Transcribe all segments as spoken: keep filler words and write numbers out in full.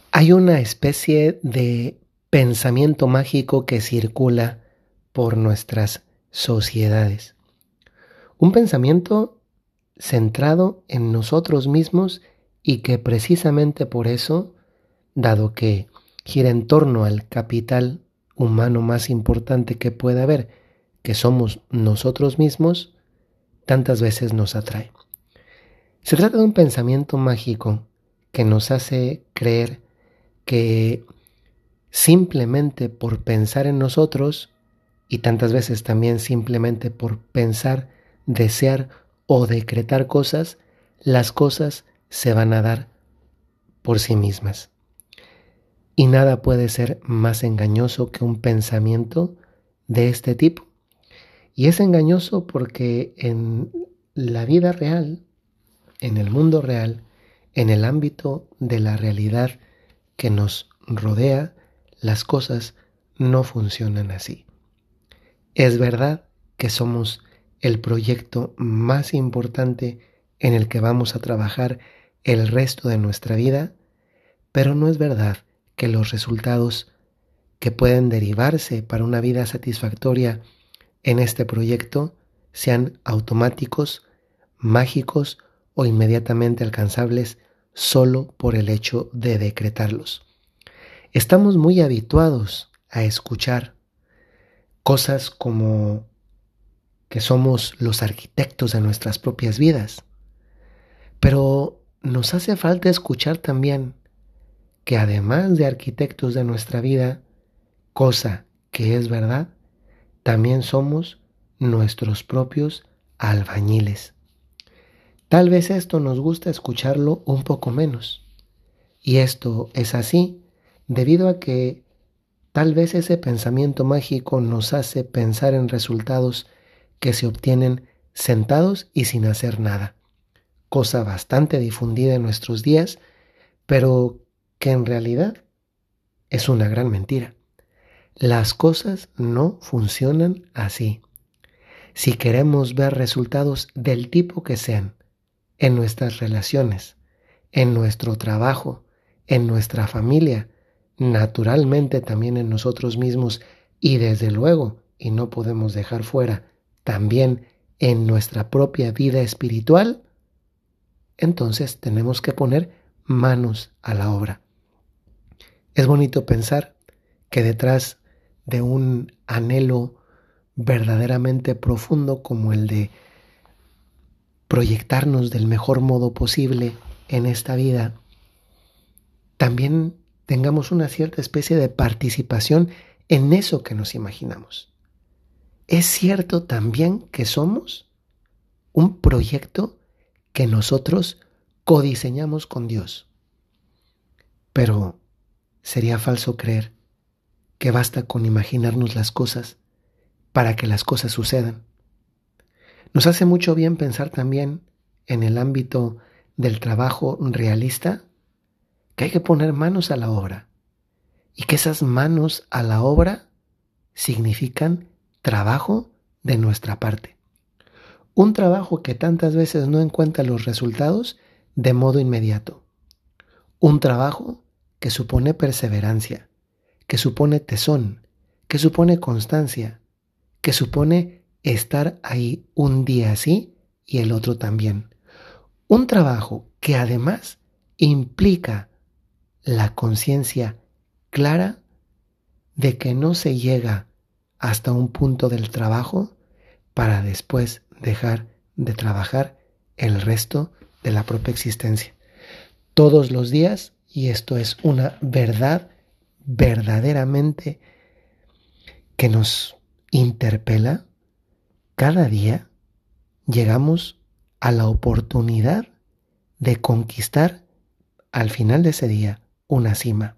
Hay una especie de pensamiento mágico que circula por nuestras sociedades. Un pensamiento centrado en nosotros mismos y que precisamente por eso, dado que gira en torno al capital humano más importante que puede haber, que somos nosotros mismos, tantas veces nos atrae. Se trata de un pensamiento mágico que nos hace creer que simplemente por pensar en nosotros, y tantas veces también simplemente por pensar, desear o decretar cosas, las cosas se van a dar por sí mismas. Y nada puede ser más engañoso que un pensamiento de este tipo. Y es engañoso porque en la vida real, en el mundo real, en el ámbito de la realidad que nos rodea, las cosas no funcionan así. Es verdad que somos el proyecto más importante en el que vamos a trabajar el resto de nuestra vida, pero no es verdad que los resultados que pueden derivarse para una vida satisfactoria en este proyecto sean automáticos, mágicos o inmediatamente alcanzables solo por el hecho de decretarlos. Estamos muy habituados a escuchar cosas como que somos los arquitectos de nuestras propias vidas, pero nos hace falta escuchar también que además de arquitectos de nuestra vida, cosa que es verdad, también somos nuestros propios albañiles. Tal vez esto nos gusta escucharlo un poco menos, y esto es así debido a que tal vez ese pensamiento mágico nos hace pensar en resultados que se obtienen sentados y sin hacer nada, cosa bastante difundida en nuestros días, pero que en realidad es una gran mentira. Las cosas no funcionan así. Si queremos ver resultados del tipo que sean, en nuestras relaciones, en nuestro trabajo, en nuestra familia, naturalmente también en nosotros mismos y desde luego, y no podemos dejar fuera, también en nuestra propia vida espiritual, entonces tenemos que poner manos a la obra. Es bonito pensar que detrás de un anhelo verdaderamente profundo como el de proyectarnos del mejor modo posible en esta vida, también tengamos una cierta especie de participación en eso que nos imaginamos. Es cierto también que somos un proyecto que nosotros codiseñamos con Dios. Pero sería falso creer que basta con imaginarnos las cosas para que las cosas sucedan. Nos hace mucho bien pensar también en el ámbito del trabajo realista que hay que poner manos a la obra y que esas manos a la obra significan trabajo de nuestra parte. Un trabajo que tantas veces no encuentra los resultados de modo inmediato. Un trabajo que supone perseverancia, que supone tesón, que supone constancia, que supone estar ahí un día sí y el otro también. Un trabajo que además implica la conciencia clara de que no se llega hasta un punto del trabajo para después dejar de trabajar el resto de la propia existencia. Todos los días, y esto es una verdad verdaderamente que nos interpela, cada día llegamos a la oportunidad de conquistar al final de ese día una cima.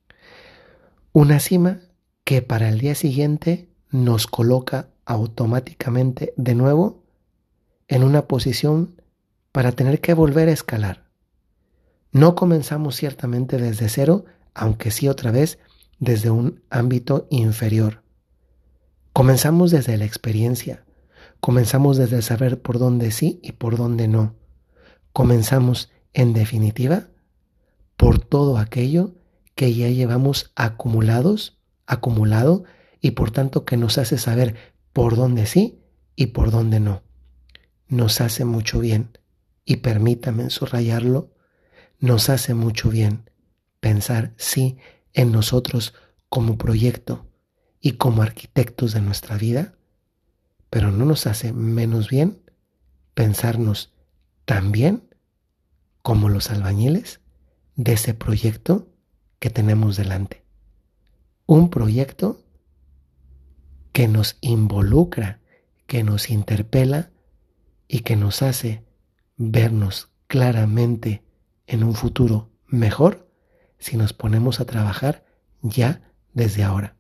Una cima que para el día siguiente nos coloca automáticamente de nuevo en una posición para tener que volver a escalar. No comenzamos ciertamente desde cero, aunque sí otra vez desde un ámbito inferior. Comenzamos desde la experiencia, comenzamos desde el saber por dónde sí y por dónde no. Comenzamos, en definitiva, por todo aquello que ya llevamos acumulados, acumulado, y por tanto que nos hace saber por dónde sí y por dónde no. Nos hace mucho bien, y permítame subrayarlo, nos hace mucho bien pensar sí en nosotros como proyecto y como arquitectos de nuestra vida, pero no nos hace menos bien pensarnos también como los albañiles de ese proyecto que tenemos delante. Un proyecto que nos involucra, que nos interpela y que nos hace vernos claramente en un futuro mejor si nos ponemos a trabajar ya desde ahora.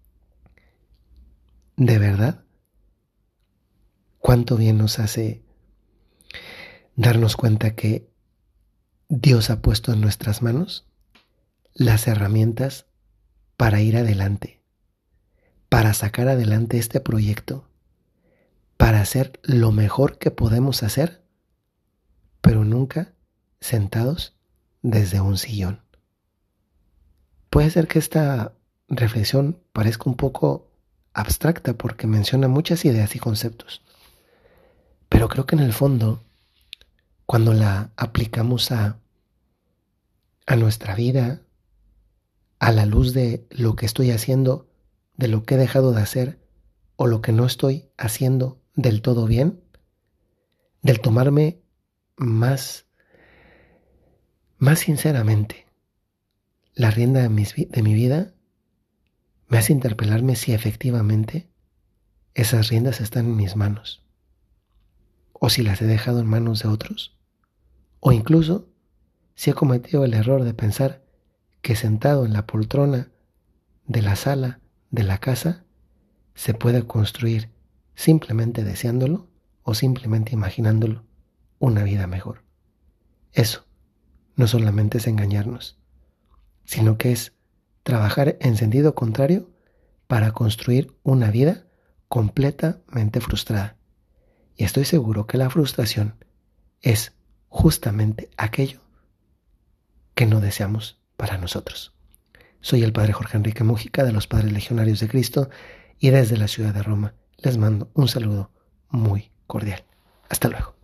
De verdad, cuánto bien nos hace darnos cuenta que Dios ha puesto en nuestras manos las herramientas para ir adelante, para sacar adelante este proyecto, para hacer lo mejor que podemos hacer, pero nunca sentados desde un sillón. Puede ser que esta reflexión parezca un poco abstracta porque menciona muchas ideas y conceptos, pero creo que en el fondo, cuando la aplicamos a, a nuestra vida, a la luz de lo que estoy haciendo, de lo que he dejado de hacer o lo que no estoy haciendo del todo bien, del tomarme más, más sinceramente la rienda de, mis, de mi vida, me hace interpelarme si efectivamente esas riendas están en mis manos, o si las he dejado en manos de otros, o incluso si he cometido el error de pensar que sentado en la poltrona de la sala de la casa se puede construir simplemente deseándolo o simplemente imaginándolo una vida mejor. Eso no solamente es engañarnos, sino que es trabajar en sentido contrario para construir una vida completamente frustrada. Y estoy seguro que la frustración es justamente aquello que no deseamos para nosotros. Soy el Padre Jorge Enrique Mújica de los Padres Legionarios de Cristo y desde la ciudad de Roma les mando un saludo muy cordial. Hasta luego.